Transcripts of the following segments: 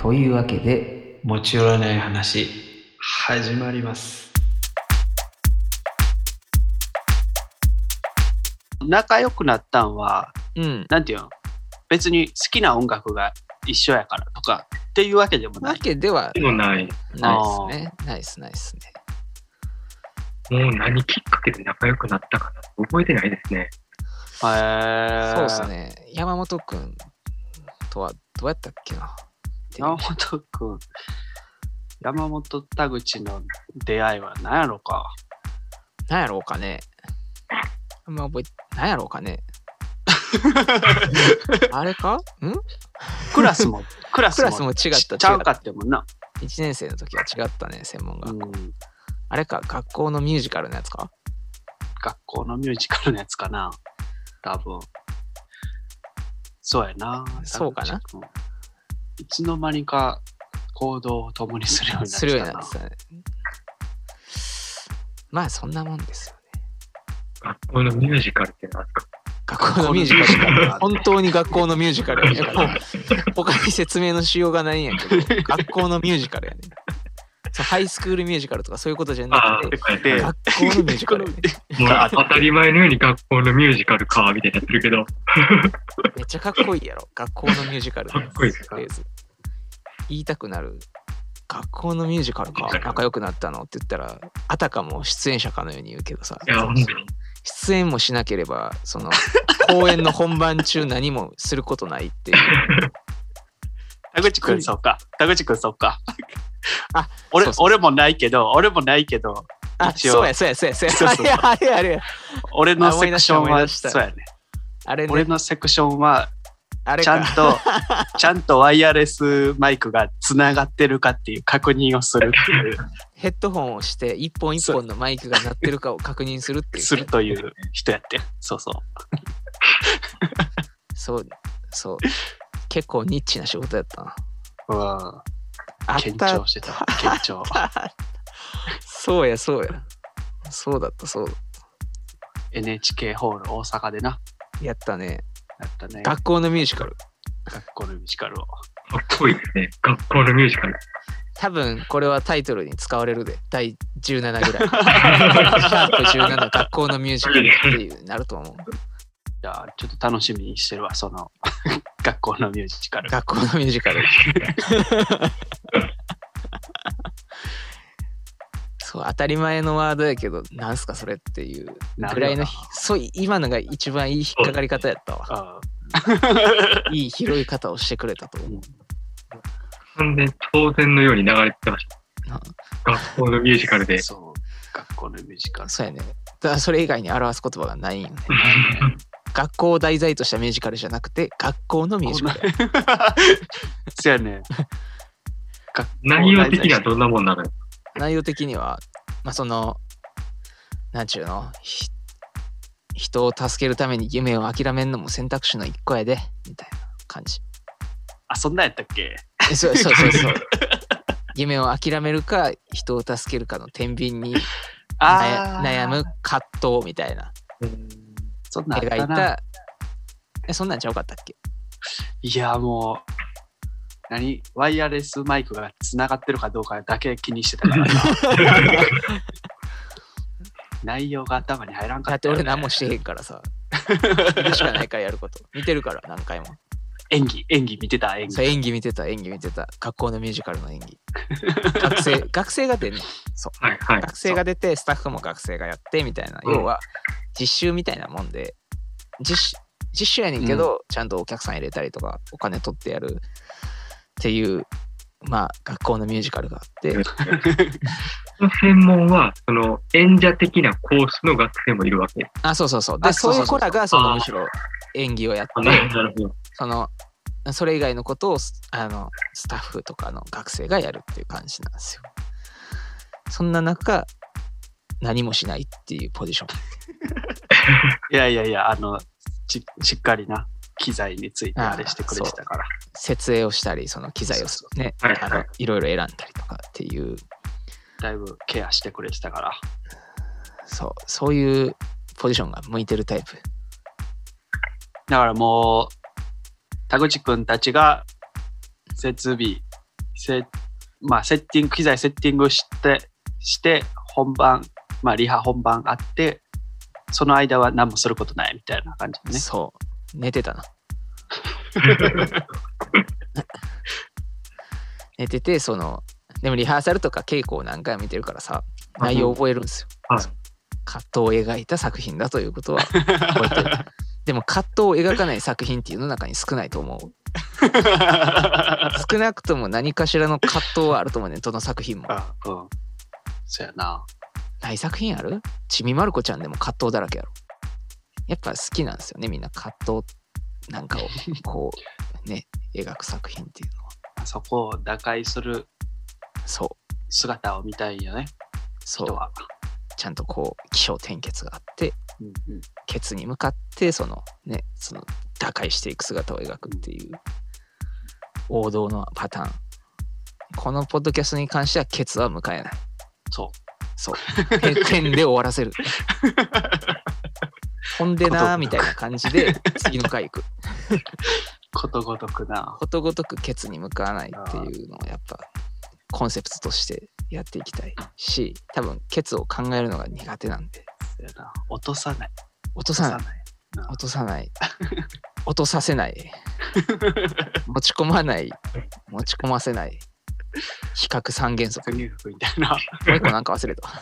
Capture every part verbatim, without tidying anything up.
というわけで持ち寄らない話始まります。 仲良くなったんは、 うん、 なんていうの、別に好きな音楽が一緒やからとかっていうわけでもない。 わけではでもない。 ないですね。ないですないですね。 もう何きっかけで仲良くなったかな覚えてないですね。 へー。 そうですね。山本くんとはどうやったっけな。 山本くん、山本田口の出会いは何やろうか。 何やろうかね。あんま覚えて何やろうかね。あれか？ん？ クラスもクラスもクラスも違った。 ちゃうかってもんな。 いちねん生の時は違ったね、専門学校。 うん、 あれか、学校のミュージカルのやつか？ 学校のミュージカルのやつかな。多分。そうやな。 そうかな。 いつの間にか行動を共にするようになってたな。するようになってたね。 まあそんなもんですよね。 学校のミュージカルって何ですか？ 学校のミュージカルか本当に学校のミュージカルやから他に説明のしようがないんやけど学校のミュージカルやね。そうハイスクールミュージカルとかそういうことじゃなくて学校のミュージカルやね。 もう当たり前のように学校のミュージカルかみたいになってるけどめっちゃかっこいいやろ学校のミュージカル。 かっこいいですか？ 言いたくなる。学校のミュージカルか仲良くなったのって言ったらあたかも出演者かのように言うけどさ、 いや本当に出演もしなければその公演の本番中何もすることないっていう田口くんそうか田口くんそうかあ俺そうそう俺もないけど俺もないけどあそうやそうやそうやそうやそうやあれあれ俺のセクションはそうやねあれね俺のセクションはあれちゃんとちゃんとワイヤレスマイクがつながってるかっていう確認をするっていうヘッドホンをして一本一本のマイクが鳴ってるかを確認するっていう、ね、 するという人やってそうそうそうそう結構ニッチな仕事やったな。 うんあった緊張してた緊張そうやそうやそうだったそうだったエヌエイチケー ホール大阪でなやったねやったね学校のミュージカル学校のミュージカルをかっこいいですね。学校のミュージカル多分これはタイトルに使われるでだいじゅうななぐらいシャープじゅうなな学校のミュージカルっていうなると思う。 じゃあちょっと楽しみにしてるわその学校のミュージカル学校のミュージカルそう当たり前のワードやけどなんすかそれっていうぐらいのそう今のが一番いい引っかかり方やったわ。いい拾い方をしてくれたと思う。 完全当然のように流れてました学校のミュージカルで。 そう学校のミュージカルそうやね。だからそれ以外に表す言葉がないんよね学校を題材としたミュージカルじゃなくて学校のミュージカルそうやね内容的にはどんなもんなの？ 内容的にはまあそのなんちゅうの人を助けるために夢を諦めんのも選択肢の一個やでみたいな感じ。 あそんなんやったっけ？ そうそうそうそう夢を諦めるか人を助けるかの天秤に悩む葛藤みたいなそんなん描いたえそんなんちゃうかったっけ？ いやもう何ワイヤレスマイクがつながってるかどうかだけ気にしてたから内容が頭に入らんかった、ね、 だって俺何もしてへんからさ見るしかないからやること見てるから何回も演技演技見てた演技そう演技見てた演技見てた学校のミュージカルの演技学生学生が出んのそう、 はいはい、 学生が出てスタッフも学生がやってみたいな、要は実習みたいなもんで実実習やねんけど、うん、ちゃんとお客さん入れたりとかお金取ってやるっていうまあ学校のミュージカルがあってその専門はその演者的なコースの学生もいるわけ。 あそうそうそうでそういう子らがそのむしろ演技をやってそのそれ以外のことをあのスタッフとかの学生がやるっていう感じなんですよ。そんな中何もしないっていうポジションいやいやいやあの し, しっかりな機材についてあれしてくれてたから設営をしたりその機材をねはいはい、 あのいろいろ選んだりとかっていうだいぶケアしてくれてたからそうそういうポジションが向いてるタイプだからもう田口くんたちが設備せまあセッティング機材セッティングしてして本番まあリハ本番あってその間は何もすることないみたいな感じね。 そう寝てたな寝ててそのでもリハーサルとか稽古を何回も見てるからさ内容を覚えるんですよ、 はい、 葛藤を描いた作品だということは覚えてるでも葛藤を描かない作品っていうの中に少ないと思う少なくとも何かしらの葛藤はあると思うねどの作品も。 あうん、そうやな。 ない作品ある？ちびまる子ちゃんでも葛藤だらけやろ。やっぱ好きなんですよねみんな葛藤なんかをこうね描く作品っていうのは。 そこを打開するそう姿を見たいよね。 そう人はちゃんとこう起承転結があって、 うんうん、 ケツに向かってそのねその打開していく姿を描くっていう王道のパターン。このポッドキャストに関してはケツは向かえない。 そうそう点で終わらせるほんでなーみたいな感じで次の回行くことごとくなことごとくケツに向かわないっていうのをやっぱコンセプトとしてやっていきたいし、多分ケツを考えるのが苦手なんで。 落とさない落とさない落とさない落とさせない持ち込まない持ち込ませない比較三原則みたいな。もう一個なんか忘れた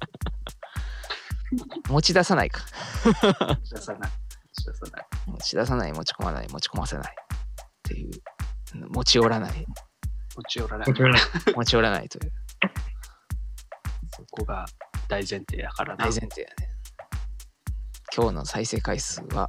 持ち出さないか持ち出さない持ち出さない持ち出さない持ち込まない持ち込ませないっていう持ち寄らない持ち寄らない持ち寄らないというそこが大前提やからな。 大前提やね。今日の再生回数は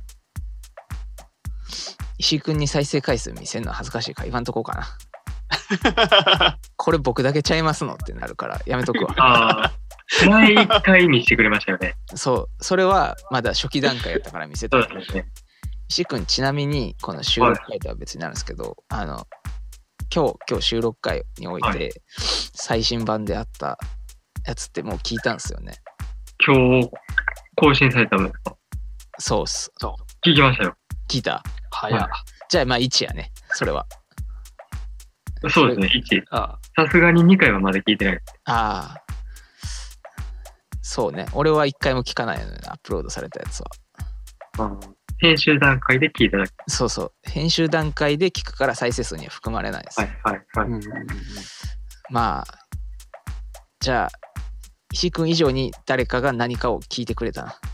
石井くんに再生回数見せるのは恥ずかしいから言わんとこうかなこれ僕だけちゃいますのってなるからやめとくわ。 ああ前一回見せてくれましたよね。 そうそれはまだ初期段階やったから見せた。 そうですね。 石井くんちなみにこの収録回とは別になるんですけど、はい、あの今日今日収録回において、はい、最新版であったやつってもう聞いたんですよね。 今日更新されたんですか？ そうっす。 そう聞きましたよ。 聞いた。 早、はい、 じゃあまあいちやねそれは。 そうですねいち。さすがににかいはまだ聞いてない。 ああそうね俺はいっかいも聞かないのよねアップロードされたやつは。 あ編集段階で聞いただけ。 そうそう編集段階で聞くから再生数には含まれないです。 はいはいはい、うん、 まあじゃあ石井くん以上に誰かが何かを聞いてくれたな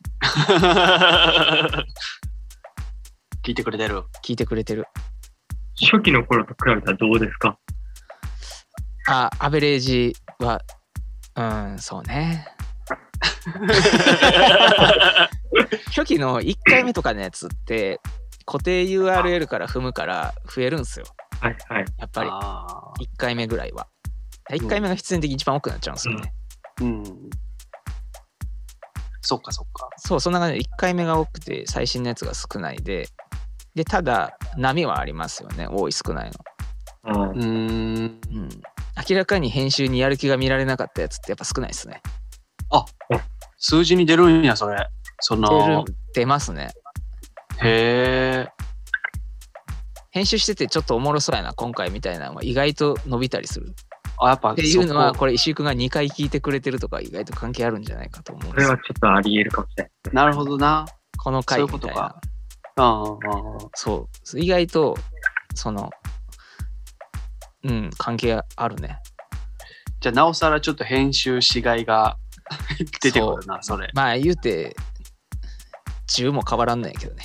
聞いてくれてる聞いてくれてる。 初期の頃と比べたらどうですか？ あアベレージはうんそうね初期のいっかいめとかのやつって固定 ユーアールエル から踏むから増えるんすよ。 はいはい。 やっぱりいっかいめぐらいは。いっかいめが必然的に一番多くなっちゃうんですよね。 うん。うん、そっかそっか。 そう、そんな感じでいっかいめが多くて最新のやつが少ないで、でただ波はありますよね。多い少ないの。 うん。うん。 明らかに編集にやる気が見られなかったやつってやっぱ少ないですね。 あ、数字に出るんやそれ。その出る出ますね。 へえ。 編集しててちょっとおもろそうやな今回みたいなのは意外と伸びたりする。 あやっぱっていうのはこれ石井くんがにかい聞いてくれてるとか意外と関係あるんじゃないかと思うんですよ。 これはちょっとあり得るかもしれない。 なるほどな。 この回みたいな。そういうことか。 ああそう意外とそのうん関係あるね。 じゃあなおさらちょっと編集しがいが出てくるな そ, それ。 まあ言うてじゅうも変わらんないけどね。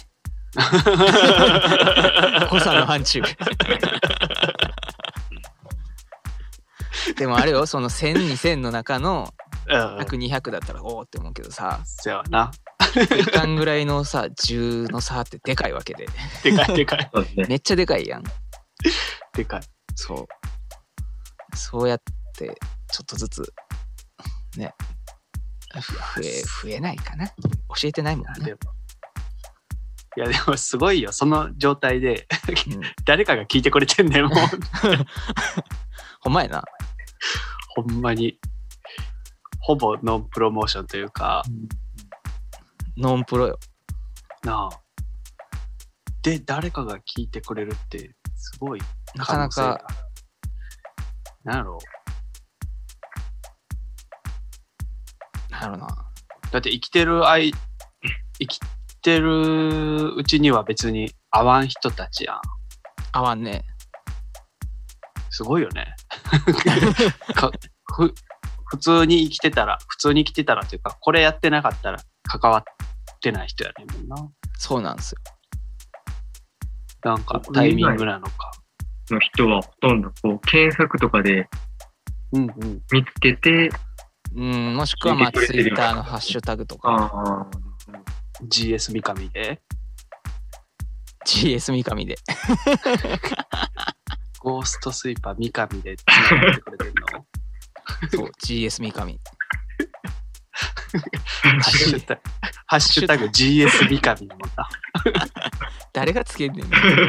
誤差の範疇。でもあれよそのせんにせんの中のひゃくにひゃくだったらおおって思うけどさ。 そうやな。 時間ぐらいのさじゅうの差ってでかいわけで。 でかいでかい。 めっちゃでかいやん。 でかい。 そう。そうやってちょっとずつね増え増えないかな。教えてないもんね。 いやでもすごいよその状態で、うん、誰かが聞いてくれてんねんもう。 ほんまやな。 ほんまにほぼノンプロモーションというか、うん、 ノンプロよなあ。で誰かが聞いてくれるってすごいなかなかなんやろなるほどな。 だって生きてる愛生きてるうちには別に会わん人たちやん。 合わんね。 すごいよね。かふ普通に生きてたら普通に生きてたらというかこれやってなかったら関わってない人やねんもんな。 そうなんですよ。 なんかタイミングなのか。 の人はほとんどこう検索とかでうんうん。 見つけて、 うん、もしくはまあツイッターのハッシュタグとか、 ああ、 ジーエス 三上で。 ジーエス 三上で。 ゴーストスイーパー三上でつながってくれてるの。 そう、ジーエス 三上。 ハッシュタグ、ハッシュタグ ジーエス 三上もな。 誰がつけんねん。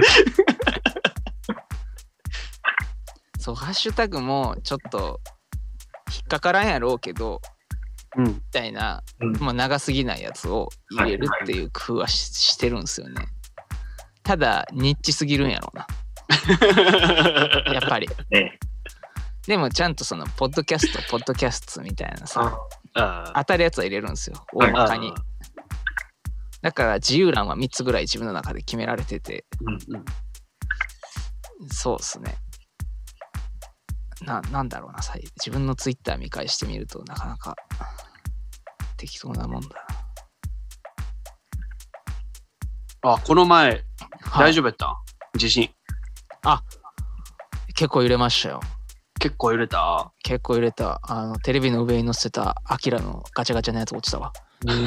そう、ハッシュタグもちょっと引っかからんやろうけど、 うん。 みたいな、 うんまあ、長すぎないやつを入れるっていう工夫は し, してるんですよね。ただ、ニッチすぎるんやろうな。やっぱり。 ね、 でもちゃんとその、ポッドキャスト、ポッドキャストみたいなさ、 あ当たるやつは入れるんですよ。 はい大まかに。だから自由欄はみっつぐらい自分の中で決められてて、 うんうん。 そうっすね。な、なんだろうな、さ自分のツイッター見返してみるとなかなか適当なもんだな。 あ、この前、 はい大丈夫やったん地震。 結構揺れましたよ。 結構揺れた。 結構揺れた。あの、テレビの上に載せたアキラのガチャガチャのやつ落ちたわ。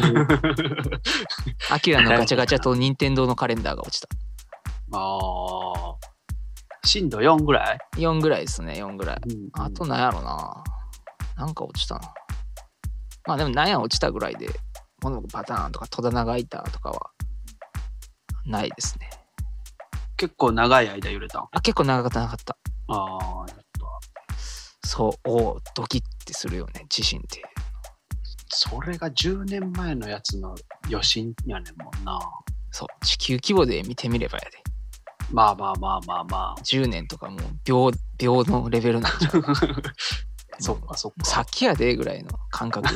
アキラのガチャガチャと任天堂のカレンダーが落ちた。 ああ。震度よんぐらい、 よんぐらいですね、よんぐらい。 うん、 あとなんやろな。なんか落ちたな。まあでもなんや落ちたぐらいで、物がバターンとか戸棚が開いたとかはないですね。 結構長い間揺れたん。 あ、結構長かった長かった。 ああ、やっそう、おードキッてするよね、地震って。 それがじゅうねんまえのやつの余震やねんもんな。 そう、地球規模で見てみればやで。 まあまあまあまあまあ。 じゅうねんとかもう秒、秒のレベルなんじゃう。 そっかそっか。 さっきやでぐらいの感覚。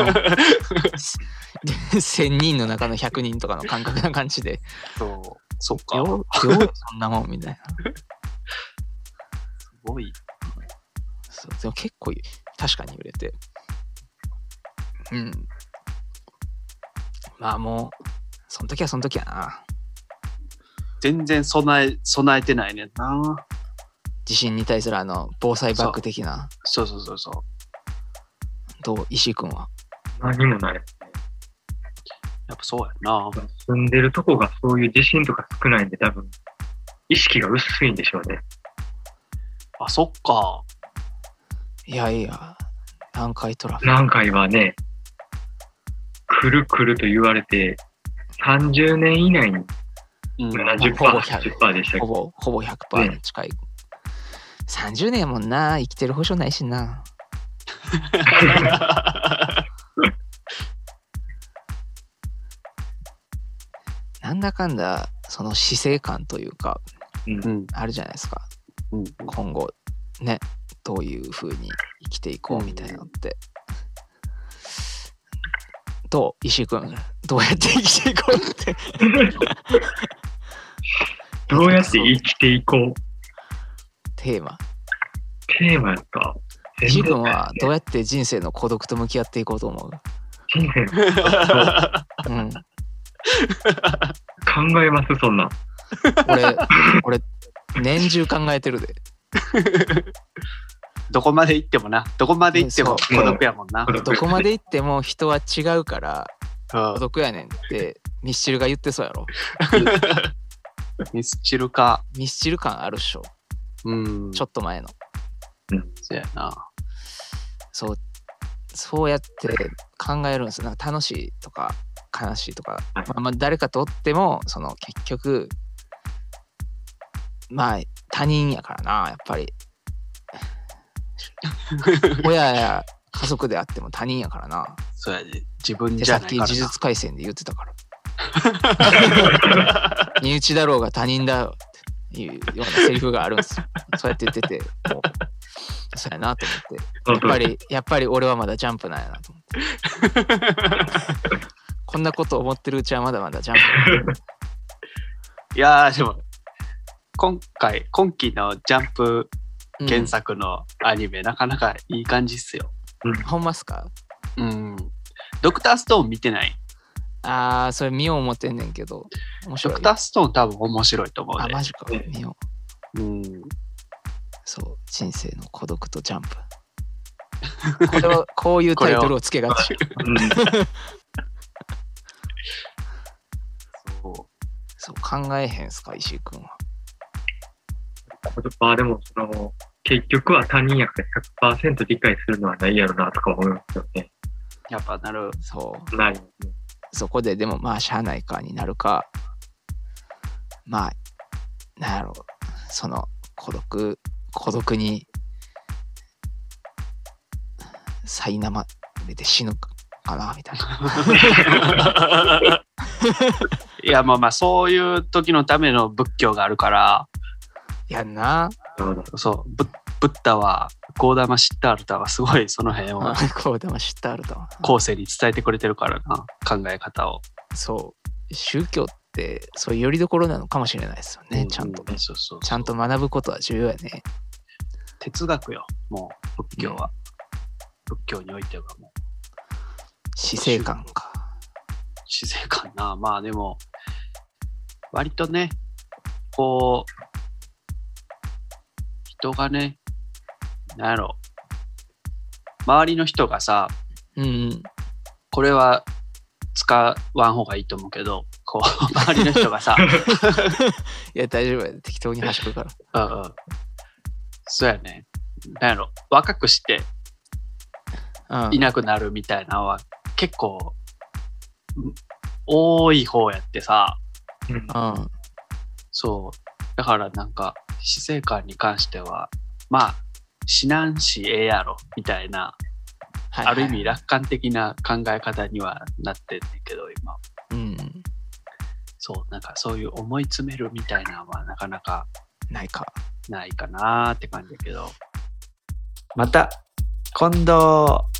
せんにんの中のひゃくにんとかの感覚な感じで。 そう、そっか。 秒、秒そんなもんみたいな。 すごい。 そうでも結構確かに揺れて。うん。まあもう、その時はその時やな。 全然備え、備えてないねんな。 地震に対するあの、防災バッグ的な。 そうそうそうそう。 どう石井くんは。 何もない。 やっぱそうやな。 住んでるとこがそういう地震とか少ないんで多分、意識が薄いんでしょうね。 あ、そっか。 いやいや、南海トラフ。 南海はね、来る来ると言われて、さんじゅうねん以内にうん、 ななじゅっパーセント、はちじゅっパーセントでしたほぼ、ほぼひゃくパーセントに近い。ね、さんじゅうねんやもんな、生きてる保証ないしな。なんだかんだ、その死生観というか、 うん、 あるじゃないですか。 うん、 今後、ね、どういう風に生きていこうみたいなのって。どう石井くん、どうやって生きていこうって。 どうやって生きていこうテーマ。 テーマやった。 石井くんはどうやって人生の孤独と向き合っていこうと思う？ 人生の孤独うん。 考えます、そんな。 俺、俺、年中考えてるで。 どこまで行ってもな、どこまで行っても孤独やもんな。 どこまで行っても人は違うからうん孤独やねんってミスチルが言ってそうやろ。 ミスチルか。 ミスチル感あるっしょ。 うん。 ちょっと前の。 そうやな。 そう、そうやって考えるんですよ。なんか楽しいとか悲しいとか、まあ、まあ誰かとおってもその結局まあ他人やからな、やっぱり。親や家族であっても他人やからな。 そうやで、自分でじゃないからな。 さっき呪術廻戦で言ってたから。身内だろうが他人だっていうようなセリフがあるんですよ。そうやって言ってて、もうそうやなと思って。やっぱり、やっぱり俺はまだジャンプなんやなと思って。こんなこと思ってるうちはまだまだジャンプ。 いやーでも今回今期のジャンプ原作のアニメ、うん、なかなかいい感じっすよ。 うん、ほんまっすか？ うん。ドクターストーン見てない？ あーそれ見よう思ってんねんけど面白い。 ドクターストーン多分面白いと思うね。 あマジか、見よう。うん。 そう人生の孤独とジャンプ。これはこういうタイトルをつけがち。そうそう考えへんすか石井君は。 まあでもその結局は他人やから ひゃくパーセント 理解するのはないやろなとか思いますよね。 やっぱなる。 そうなる、ね、 そこででもまあしゃあないかになるか、まあなんやろその孤独孤独に苛まれて死ぬかなみたいな。 いやまあまあそういう時のための仏教があるからやんな。 そうブブッダはゴーダマ・シッタールタはすごいその辺をゴーダマ・シッタールタは後世に伝えてくれてるからな考え方を。 そう宗教ってそういうよりどころなのかもしれないですよね、うん、ちゃんと、ね、そうそうそうちゃんと学ぶことは重要やね。 哲学よもう仏教は、うん、仏教においてはもう死生観か。 死生観な。まあでも割とねこう人がねなんやろ周りの人がさ、 うんうん、 これは使わん方がいいと思うけどこう周りの人がさいや大丈夫や適当に走るから。 うんうんそうやね。なんやろ若くしていなくなるみたいなのは結構多い方やってさ、 うん、 そうだからなんか死生観に関してはまあ死なんしええやろみたいな、はいはい、ある意味楽観的な考え方にはなってんねんけど今、 うん、 そうなんかそういう思い詰めるみたいなのはなかなかないかないかなって感じだけど、また今度